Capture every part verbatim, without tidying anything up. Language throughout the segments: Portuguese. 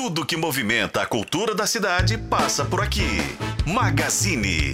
Tudo que movimenta a cultura da cidade passa por aqui. Magazine.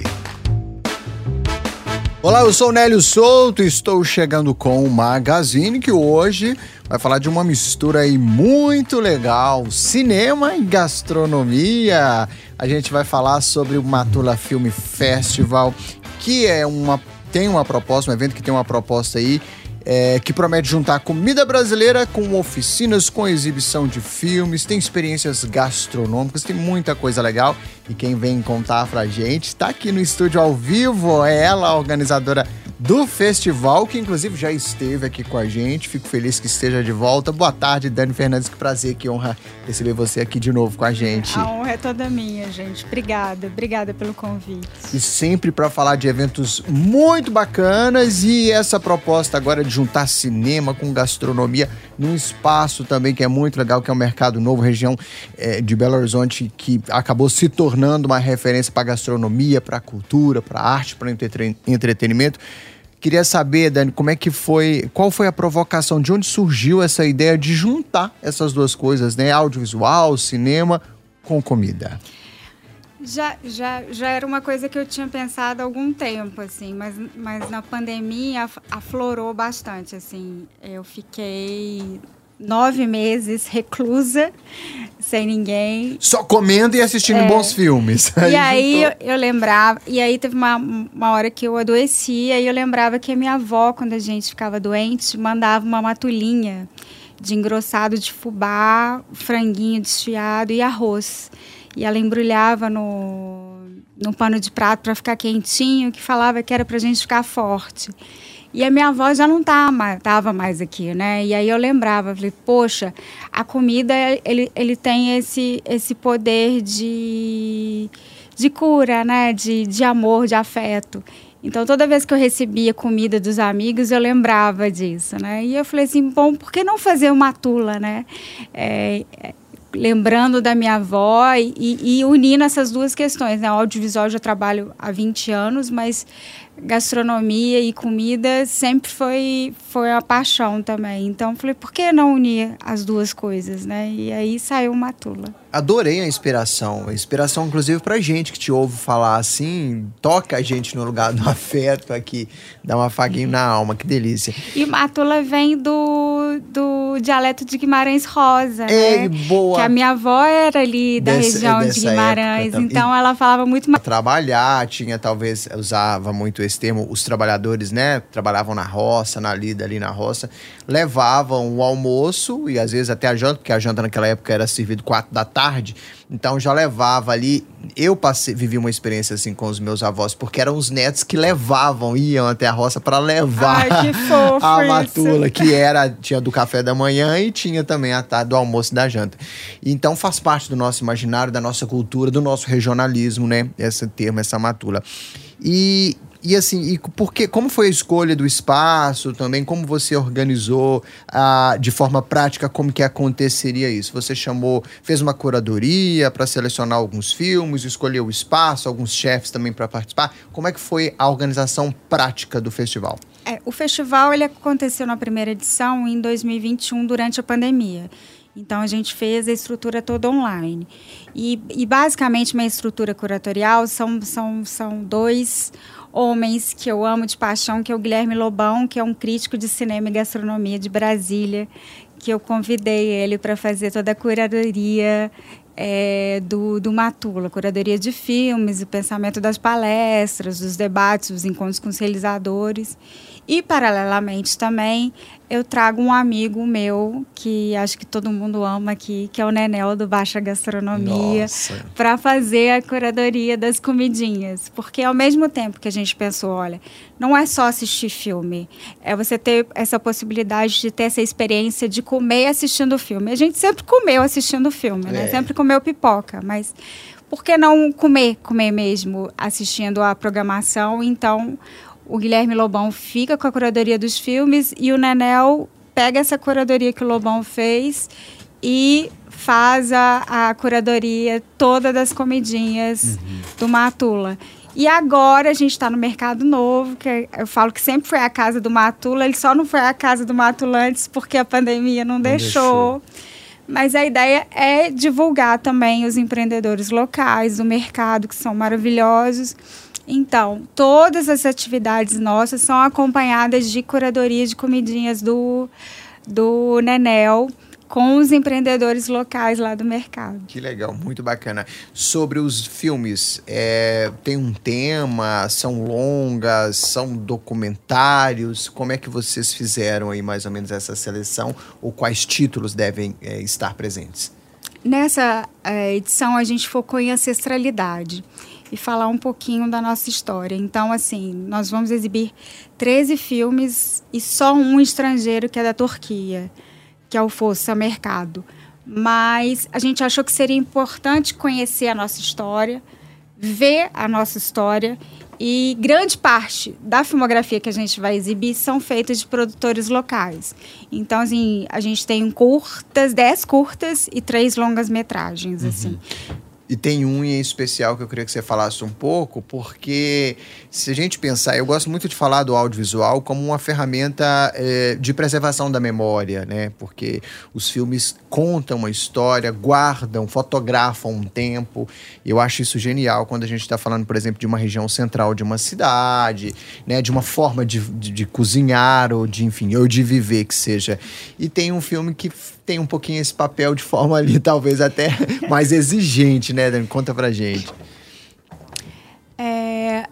Olá, eu sou o Nélio Souto e estou chegando com o Magazine, que hoje vai falar de uma mistura aí muito legal, cinema e gastronomia. A gente vai falar sobre o Matula Film Festival, que é uma, tem uma proposta, um evento que tem uma proposta aí, É, que promete juntar comida brasileira com oficinas, com exibição de filmes, tem experiências gastronômicas, tem muita coisa legal. E quem vem contar pra gente está aqui no estúdio ao vivo, é ela, a organizadora do festival, que inclusive já esteve aqui com a gente. Fico feliz que esteja de volta. Boa tarde, Dani Fernandes, que prazer, que honra receber você aqui de novo com a gente. A honra é toda minha, gente. Obrigada, obrigada pelo convite. E sempre para falar de eventos muito bacanas, e essa proposta agora de juntar cinema com gastronomia num espaço também que é muito legal, que é o Mercado Novo, região é, de Belo Horizonte, que acabou se tornando uma referência para gastronomia, para cultura, para arte, para entretenimento. Queria saber, Dani, como é que foi, qual foi a provocação, de onde surgiu essa ideia de juntar essas duas coisas, né? Audiovisual, cinema com comida. Já, já, já era uma coisa que eu tinha pensado há algum tempo, assim, mas, mas na pandemia aflorou bastante, assim. Eu fiquei nove meses reclusa, sem ninguém. Só comendo e assistindo é. bons filmes. Aí e aí eu, eu lembrava, e aí teve uma, uma hora que eu adoeci, e eu lembrava que a minha avó, quando a gente ficava doente, mandava uma matulinha de engrossado de fubá, franguinho desfiado e arroz. E ela embrulhava no, no pano de prato para ficar quentinho, que falava que era para a gente ficar forte. E a minha avó já não estava mais aqui, né? E aí eu lembrava, falei, poxa, a comida, ele, ele tem esse, esse poder de, de cura, né? De, de amor, de afeto. Então, toda vez que eu recebia comida dos amigos, eu lembrava disso, né? E eu falei assim, bom, por que não fazer uma tula, né? É, lembrando da minha avó e, e unindo essas duas questões, né? O audiovisual eu já trabalho há vinte anos, mas gastronomia e comida sempre foi, foi uma paixão também. Então, falei, por que não unir as duas coisas, né? E aí saiu uma tula. Adorei a inspiração. A inspiração, inclusive, pra gente que te ouve falar assim, toca a gente no lugar do afeto aqui, dá um afaguinho na alma, que delícia. E matula vem do, do dialeto de Guimarães Rosa, é, né? Boa. Que a minha avó era ali da Desse, região de Guimarães, então e ela falava muito mais. Trabalhar, tinha talvez, usava muito esse termo, os trabalhadores, né? Trabalhavam na roça, na lida ali na roça, levavam o almoço e às vezes até a janta, porque a janta naquela época era servido quatro da tarde, então já levava ali. Eu passei, vivi uma experiência assim com os meus avós, porque eram os netos que levavam, iam até a roça para levar. Ai, que fofo a matula, isso. que era, tinha do café da manhã e tinha também a tarde do almoço e da janta. Então faz parte do nosso imaginário, da nossa cultura, do nosso regionalismo, né? Esse termo, essa matula. E E assim, e porque, como foi a escolha do espaço também? Como você organizou ah, de forma prática, como que aconteceria isso? Você chamou, fez uma curadoria para selecionar alguns filmes, escolheu o espaço, alguns chefes também para participar? Como é que foi a organização prática do festival? É, o festival ele aconteceu na primeira edição em dois mil e vinte e um, durante a pandemia. Então, a gente fez a estrutura toda online. E, e basicamente, minha estrutura curatorial são, são, são dois homens que eu amo de paixão, que é o Guilherme Lobão, que é um crítico de cinema e gastronomia de Brasília, que eu convidei ele para fazer toda a curadoria é, do, do Matula, curadoria de filmes, o pensamento das palestras, dos debates, os encontros com os realizadores. E, paralelamente, também, eu trago um amigo meu, que acho que todo mundo ama aqui, que é o Nenel, do Baixa Gastronomia, para fazer a curadoria das comidinhas. Porque, ao mesmo tempo que a gente pensou, olha, não é só assistir filme, é você ter essa possibilidade de ter essa experiência de comer assistindo filme. A gente sempre comeu assistindo filme, né? É. Sempre comeu pipoca, mas por que não comer, comer mesmo assistindo a programação? Então, o Guilherme Lobão fica com a curadoria dos filmes e o Nenel pega essa curadoria que o Lobão fez e faz a, a curadoria toda das comidinhas uhum. do Matula. E agora a gente está no Mercado Novo, que eu falo que sempre foi a casa do Matula, ele só não foi a casa do Matula antes porque a pandemia não, não deixou. deixou. Mas a ideia é divulgar também os empreendedores locais, do mercado, que são maravilhosos. Então, todas as atividades nossas são acompanhadas de curadoria de comidinhas do, do Nenel, com os empreendedores locais lá do mercado. Que legal, muito bacana. Sobre os filmes, é, tem um tema, são longas, são documentários? Como é que vocês fizeram aí mais ou menos essa seleção? Ou quais títulos devem é, estar presentes? Nessa é, edição, a gente focou em ancestralidade e falar um pouquinho da nossa história. Então, assim, nós vamos exibir treze filmes e só um estrangeiro, que é da Turquia, que é o Força Mercado. Mas a gente achou que seria importante conhecer a nossa história, ver a nossa história, e grande parte da filmografia que a gente vai exibir são feitas de produtores locais. Então, assim, a gente tem curtas, dez curtas e três longas-metragens, uhum. assim. E tem um em especial que eu queria que você falasse um pouco, porque se a gente pensar, eu gosto muito de falar do audiovisual como uma ferramenta é, de preservação da memória, né? Porque os filmes contam uma história, guardam, fotografam um tempo. Eu acho isso genial quando a gente está falando, por exemplo, de uma região central de uma cidade, né? De uma forma de, de, de cozinhar ou de, enfim, ou de viver que seja. E tem um filme que tem um pouquinho esse papel de forma ali, talvez até mais exigente, né, Dani? Conta pra gente. É,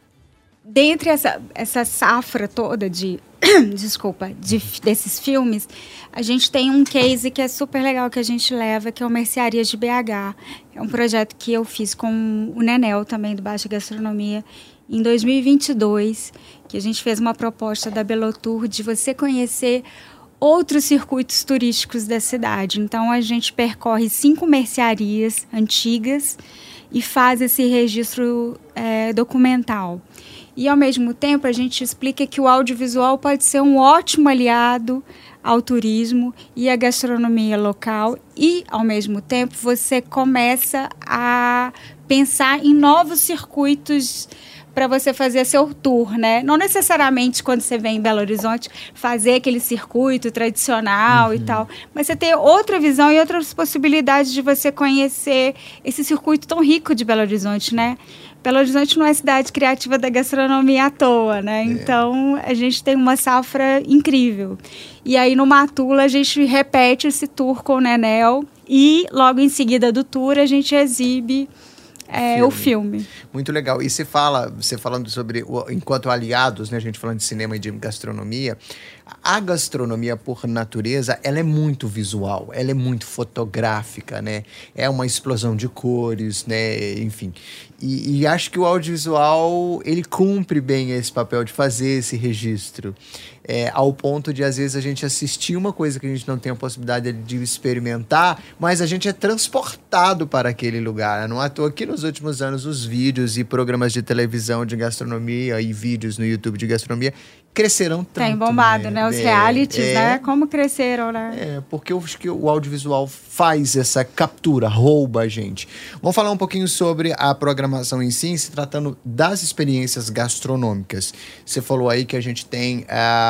dentre essa, essa safra toda de, desculpa, de, desses filmes, a gente tem um case que é super legal que a gente leva, que é o Mercearias de B H. É um projeto que eu fiz com o Nenel, também, do Baixa Gastronomia, em dois mil e vinte e dois, que a gente fez uma proposta da Belotour de você conhecer outros circuitos turísticos da cidade. Então, a gente percorre cinco mercearias antigas e faz esse registro é, documental. E, ao mesmo tempo, a gente explica que o audiovisual pode ser um ótimo aliado ao turismo e à gastronomia local e, ao mesmo tempo, você começa a pensar em novos circuitos para você fazer seu tour, né? Não necessariamente quando você vem em Belo Horizonte fazer aquele circuito tradicional uhum. e tal, mas você ter outra visão e outras possibilidades de você conhecer esse circuito tão rico de Belo Horizonte, né? Belo Horizonte não é cidade criativa da gastronomia à toa, né? É. Então, a gente tem uma safra incrível. E aí, no Matula, a gente repete esse tour com o Nenel e, logo em seguida do tour, a gente exibe É, filme. o filme. Muito legal. E você fala, você falando sobre, o, enquanto aliados, né, a gente falando de cinema e de gastronomia, a gastronomia, por natureza, ela é muito visual, ela é muito fotográfica, né? É uma explosão de cores, né? Enfim. E, e acho que o audiovisual, ele cumpre bem esse papel de fazer esse registro. É, ao ponto de, às vezes, a gente assistir uma coisa que a gente não tem a possibilidade de experimentar, mas a gente é transportado para aquele lugar. Não é à toa que nos últimos anos os vídeos e programas de televisão de gastronomia e vídeos no YouTube de gastronomia cresceram tanto. Tem bombado, né? né? Os é, realities, é, né? Como cresceram, né? É, porque eu acho que o audiovisual faz essa captura, rouba a gente. Vamos falar um pouquinho sobre a programação em si, se tratando das experiências gastronômicas. Você falou aí que a gente tem,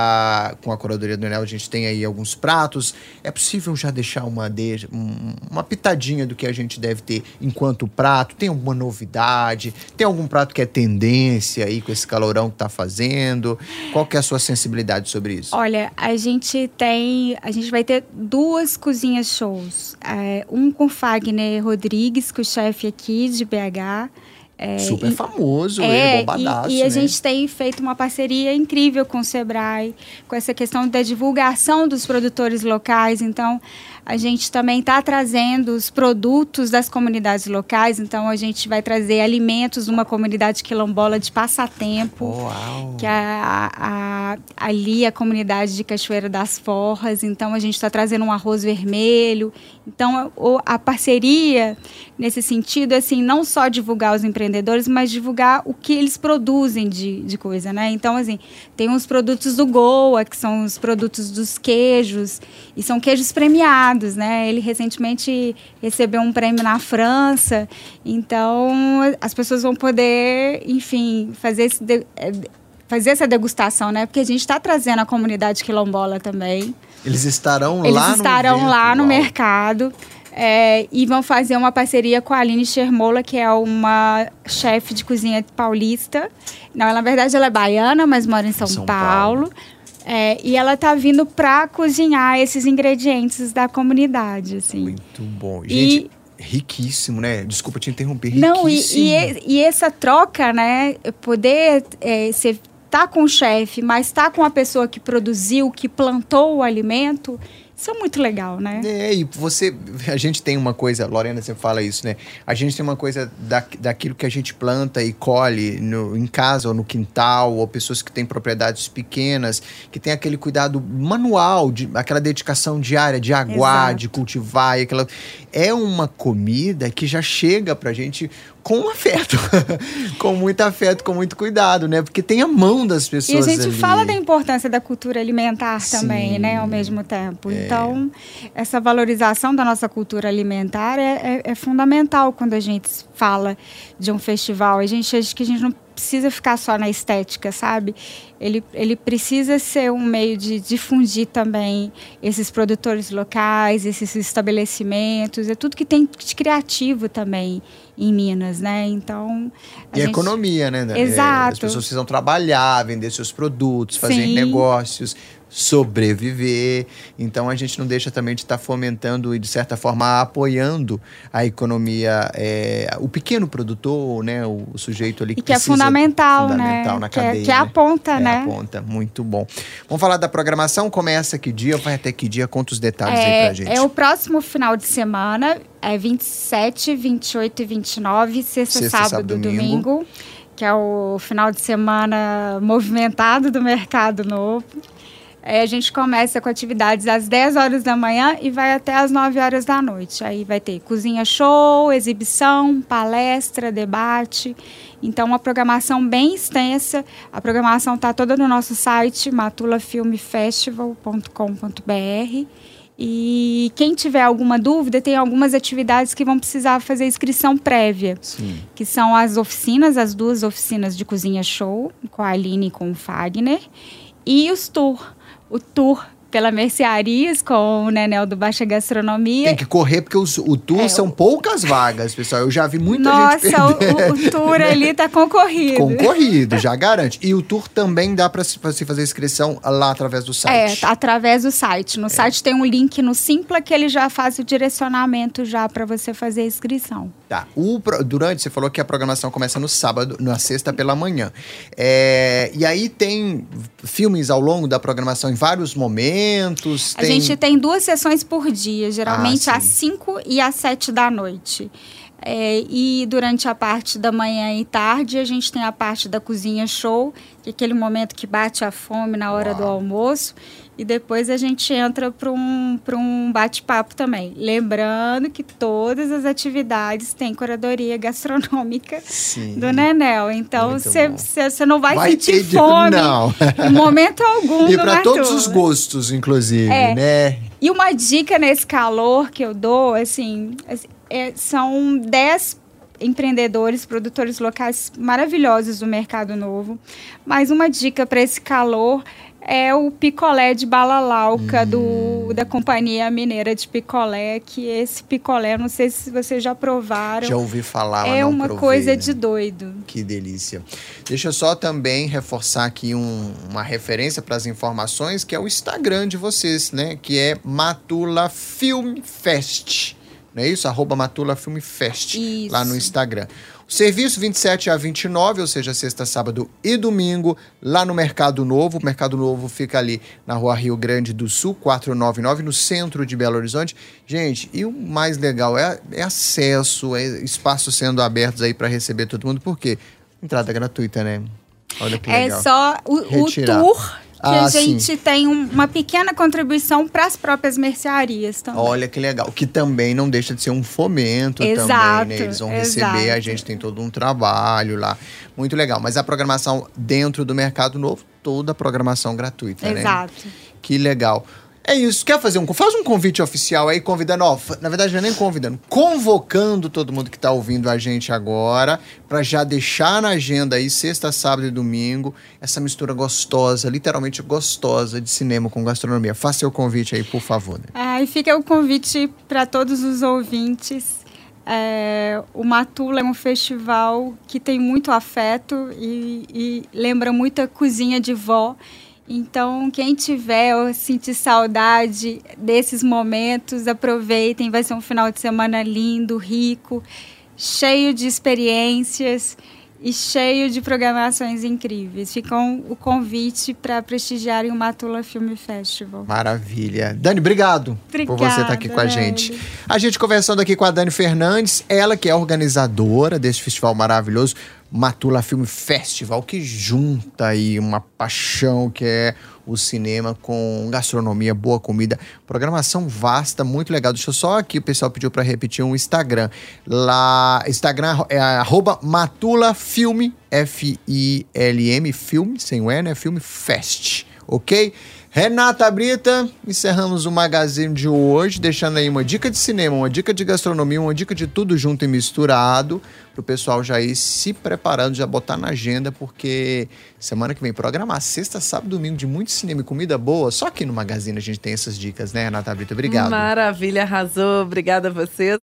uh, com a curadoria do Nenel, a gente tem aí alguns pratos. É possível já deixar uma, de, uma pitadinha do que a gente deve ter enquanto prato? Tem alguma novidade? Tem algum prato que é tendência aí com esse calorão que tá fazendo? Qual que é a sua sensibilidade sobre isso? Olha, a gente tem... A gente vai ter duas cozinhas shows. É, um com Fagner Rodrigues, que é o chefe aqui de B H. É, Super e, famoso, é, ele, bombadaço, e, e a né? gente tem feito uma parceria incrível com o Sebrae, com essa questão da divulgação dos produtores locais. Então, a gente também está trazendo os produtos das comunidades locais. Então, a gente vai trazer alimentos de uma comunidade quilombola de Passatempo. Uau. Que é a, a, ali a comunidade de Cachoeira das Forras. Então, a gente está trazendo um arroz vermelho. Então, a, a parceria, nesse sentido, assim, não só divulgar os empreendedores, mas divulgar o que eles produzem de, de coisa, né? Então, assim, tem uns produtos do Goa, que são os produtos dos queijos, e são queijos premiados, né? Ele recentemente recebeu um prêmio na França, então as pessoas vão poder, enfim, fazer, esse de, fazer essa degustação, né? Porque a gente está trazendo a comunidade quilombola também. Eles estarão Eles lá estarão no evento, lá no uau. mercado é, e vão fazer uma parceria com a Aline Schermola, que é uma chefe de cozinha paulista. Não, ela, na verdade, ela é baiana, mas mora em São, São Paulo. Paulo. É, e ela tá vindo para cozinhar esses ingredientes da comunidade, assim. Muito bom. Gente, E- riquíssimo, né? Desculpa te interromper, Não, e, riquíssimo. e, e essa troca, né? Poder é, ser, tá com o chefe, mas tá com a pessoa que produziu, que plantou o alimento, isso é muito legal, né? É, e você, a gente tem uma coisa, Lorena, você fala isso, né? A gente tem uma coisa da, daquilo que a gente planta e colhe no, em casa ou no quintal, ou pessoas que têm propriedades pequenas, que tem aquele cuidado manual, de, aquela dedicação diária de aguar, Exato. de cultivar, e aquela... É uma comida que já chega pra gente com afeto, com muito afeto, com muito cuidado, né? Porque tem a mão das E a pessoas gente ali. fala da importância da cultura alimentar também, Sim. né, ao mesmo tempo. Então, essa valorização da nossa cultura alimentar é, é, é fundamental quando a gente fala de um festival. A gente acha que a gente não precisa ficar só na estética, sabe? Ele, ele precisa ser um meio de difundir também esses produtores locais, esses estabelecimentos, é tudo que tem de criativo também em Minas, né? Então, a E a gente... economia, né? Dani? Exato. As pessoas precisam trabalhar, vender seus produtos, fazer Sim. negócios, sobreviver. Então a gente não deixa também de estar fomentando e, de certa forma, apoiando a economia, é, o pequeno produtor, né? O, o sujeito ali que, E que é precisa, fundamental, fundamental né? na Que é- cadeia. que é a né? ponta, É né? a ponta, muito bom. Vamos falar da programação? Começa que dia? Vai até que dia? Conta os detalhes aí É, pra gente. é o próximo final de semana, é vinte e sete, vinte e oito e vinte e nove, sexta, Sexta, sábado, sábado, domingo. domingo. Que é o final de semana movimentado do Mercado Novo. É, a gente começa com atividades às dez horas da manhã e vai até às nove horas da noite. Aí vai ter cozinha show, exibição, palestra, debate. Então, uma programação bem extensa. A programação está toda no nosso site, matula film festival ponto com ponto b r. E quem tiver alguma dúvida, tem algumas atividades que vão precisar fazer inscrição prévia. Sim. Que são as oficinas, as duas oficinas de cozinha show, com a Aline e com o Fagner. E os tour. O tour pela Mercearias, com o Nenel do Baixa Gastronomia. Tem que correr, porque os, o tour É, são o- poucas vagas, pessoal. Eu já vi muita gente Nossa, perder. o, o tour ali tá concorrido. Concorrido, já garante. E o tour também dá para se, pra se fazer inscrição lá através do É, site. tá através do site. No site tem um link no Simpla que ele já faz o direcionamento já para você fazer a inscrição. Tá. O, pro- durante, você falou que a programação começa no sábado, na sexta pela manhã. É, e aí tem filmes ao longo da programação em vários momentos. A tem... gente tem duas sessões por dia, geralmente Ah, às sim. cinco e às sete da noite. É, e durante a parte da manhã e tarde, a gente tem a parte da cozinha show, que é aquele momento que bate a fome na hora Uau. do almoço. E depois a gente entra para um, para um bate-papo também. Lembrando que todas as atividades têm curadoria gastronômica Sim. do Nenel. Então, Muito você bom. você não vai, Vai sentir ter de- fome não. em momento algum. E no para todos Arthur. os gostos, inclusive, É. né? E uma dica nesse calor que eu dou, assim, é- são dez empreendedores, produtores locais maravilhosos do Mercado Novo. Mas uma dica para esse calor é o picolé de balalauca Hum. do, da Companhia Mineira de Picolé, que esse picolé, não sei se vocês já provaram, Já ouvi falar, mas é não uma provei, coisa né? de doido. Que delícia. Deixa eu só também reforçar aqui um- uma referência para as informações, que é o Instagram de vocês, né? Que é Matula Film Fest. Não é isso? Arroba Matula Film Fest. Isso. Lá no Instagram. O serviço vinte e sete a vinte e nove, ou seja, sexta, sábado e domingo, lá no Mercado Novo. O Mercado Novo fica ali na Rua Rio Grande do Sul, quatrocentos e noventa e nove, no centro de Belo Horizonte. Gente, e o mais legal é, é acesso, é espaços sendo abertos aí para receber todo mundo. Por quê? Entrada gratuita, né? Olha que É legal. só o, o Retirar. tour que Ah, a gente tem um- uma pequena contribuição para as próprias mercearias também. Olha que legal. Que também não deixa de ser um fomento Exato, também, né? Eles vão exato. receber, a gente tem todo um trabalho lá. Muito legal. Mas a programação dentro do Mercado Novo, toda a programação gratuita, né? Exato. Que legal. É isso. Quer fazer um... Faz um convite oficial aí, convidando... Ó, na verdade, não é nem convidando. Convocando todo mundo que tá ouvindo a gente agora, pra já deixar na agenda aí, sexta, sábado e domingo, essa mistura gostosa, literalmente gostosa, de cinema com gastronomia. Faça seu convite aí, por favor. Né? Ah, e fica o convite para todos os ouvintes. É, o Matula é um festival que tem muito afeto e, e lembra muito a cozinha de vó. Então, quem tiver ou sentir saudade desses momentos, aproveitem. Vai ser um final de semana lindo, rico, cheio de experiências e cheio de programações incríveis. Fica um, o convite para prestigiarem o Matula Film Festival. Maravilha. Dani, obrigado Obrigada, por você estar aqui com a Dani. gente. A gente conversando aqui com a Dani Fernandes, ela que é organizadora desse festival maravilhoso, Matula Film Festival, que junta aí uma paixão que é o cinema com gastronomia, boa comida, programação vasta, muito legal. Deixa eu só aqui, o pessoal pediu para repetir um Instagram. Lá, Instagram é arroba Matula Film, F I L M, Film, sem o E, né? Film Fest, ok? Renata Brita, encerramos o Magazine de hoje, deixando aí uma dica de cinema, uma dica de gastronomia, uma dica de tudo junto e misturado, pro pessoal já ir se preparando, já botar na agenda, porque semana que vem programar sexta, sábado, domingo de muito cinema e comida boa. Só aqui no Magazine a gente tem essas dicas, né, Renata Brita? Obrigado. Maravilha, arrasou. Obrigada a você.